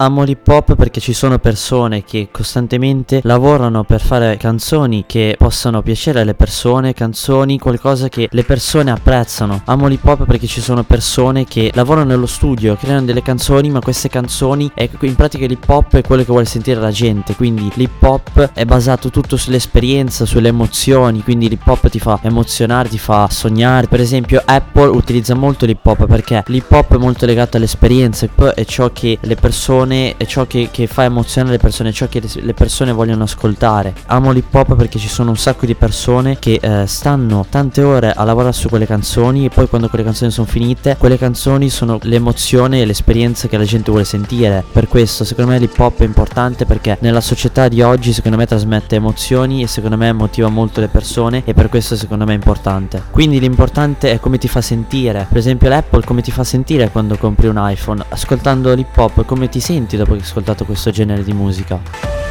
Amo l'hip hop perché ci sono persone che costantemente lavorano per fare canzoni che possano piacere alle persone, canzoni, qualcosa che le persone apprezzano. Amo l'hip hop perché ci sono persone che lavorano nello studio, creano delle canzoni, ma queste canzoni, in pratica l'hip hop è quello che vuole sentire la gente, quindi l'hip hop è basato tutto sull'esperienza, sulle emozioni, quindi l'hip hop ti fa emozionare, ti fa sognare. Per esempio Apple utilizza molto l'hip hop perché l'hip hop è molto legato all'esperienza, è ciò che le persone, è ciò che fa emozionare le persone, è ciò che le persone vogliono ascoltare. Amo l'hip hop perché ci sono un sacco di persone che stanno tante ore a lavorare su quelle canzoni, e poi quando quelle canzoni sono finite, quelle canzoni sono l'emozione e l'esperienza che la gente vuole sentire. Per questo secondo me l'hip hop è importante, perché nella società di oggi secondo me trasmette emozioni e secondo me motiva molto le persone, e per questo secondo me è importante. Quindi l'importante è come ti fa sentire. Per esempio l'Apple come ti fa sentire quando compri un iPhone. Ascoltando l'hip hop come ti senti dopo che hai ascoltato questo genere di musica?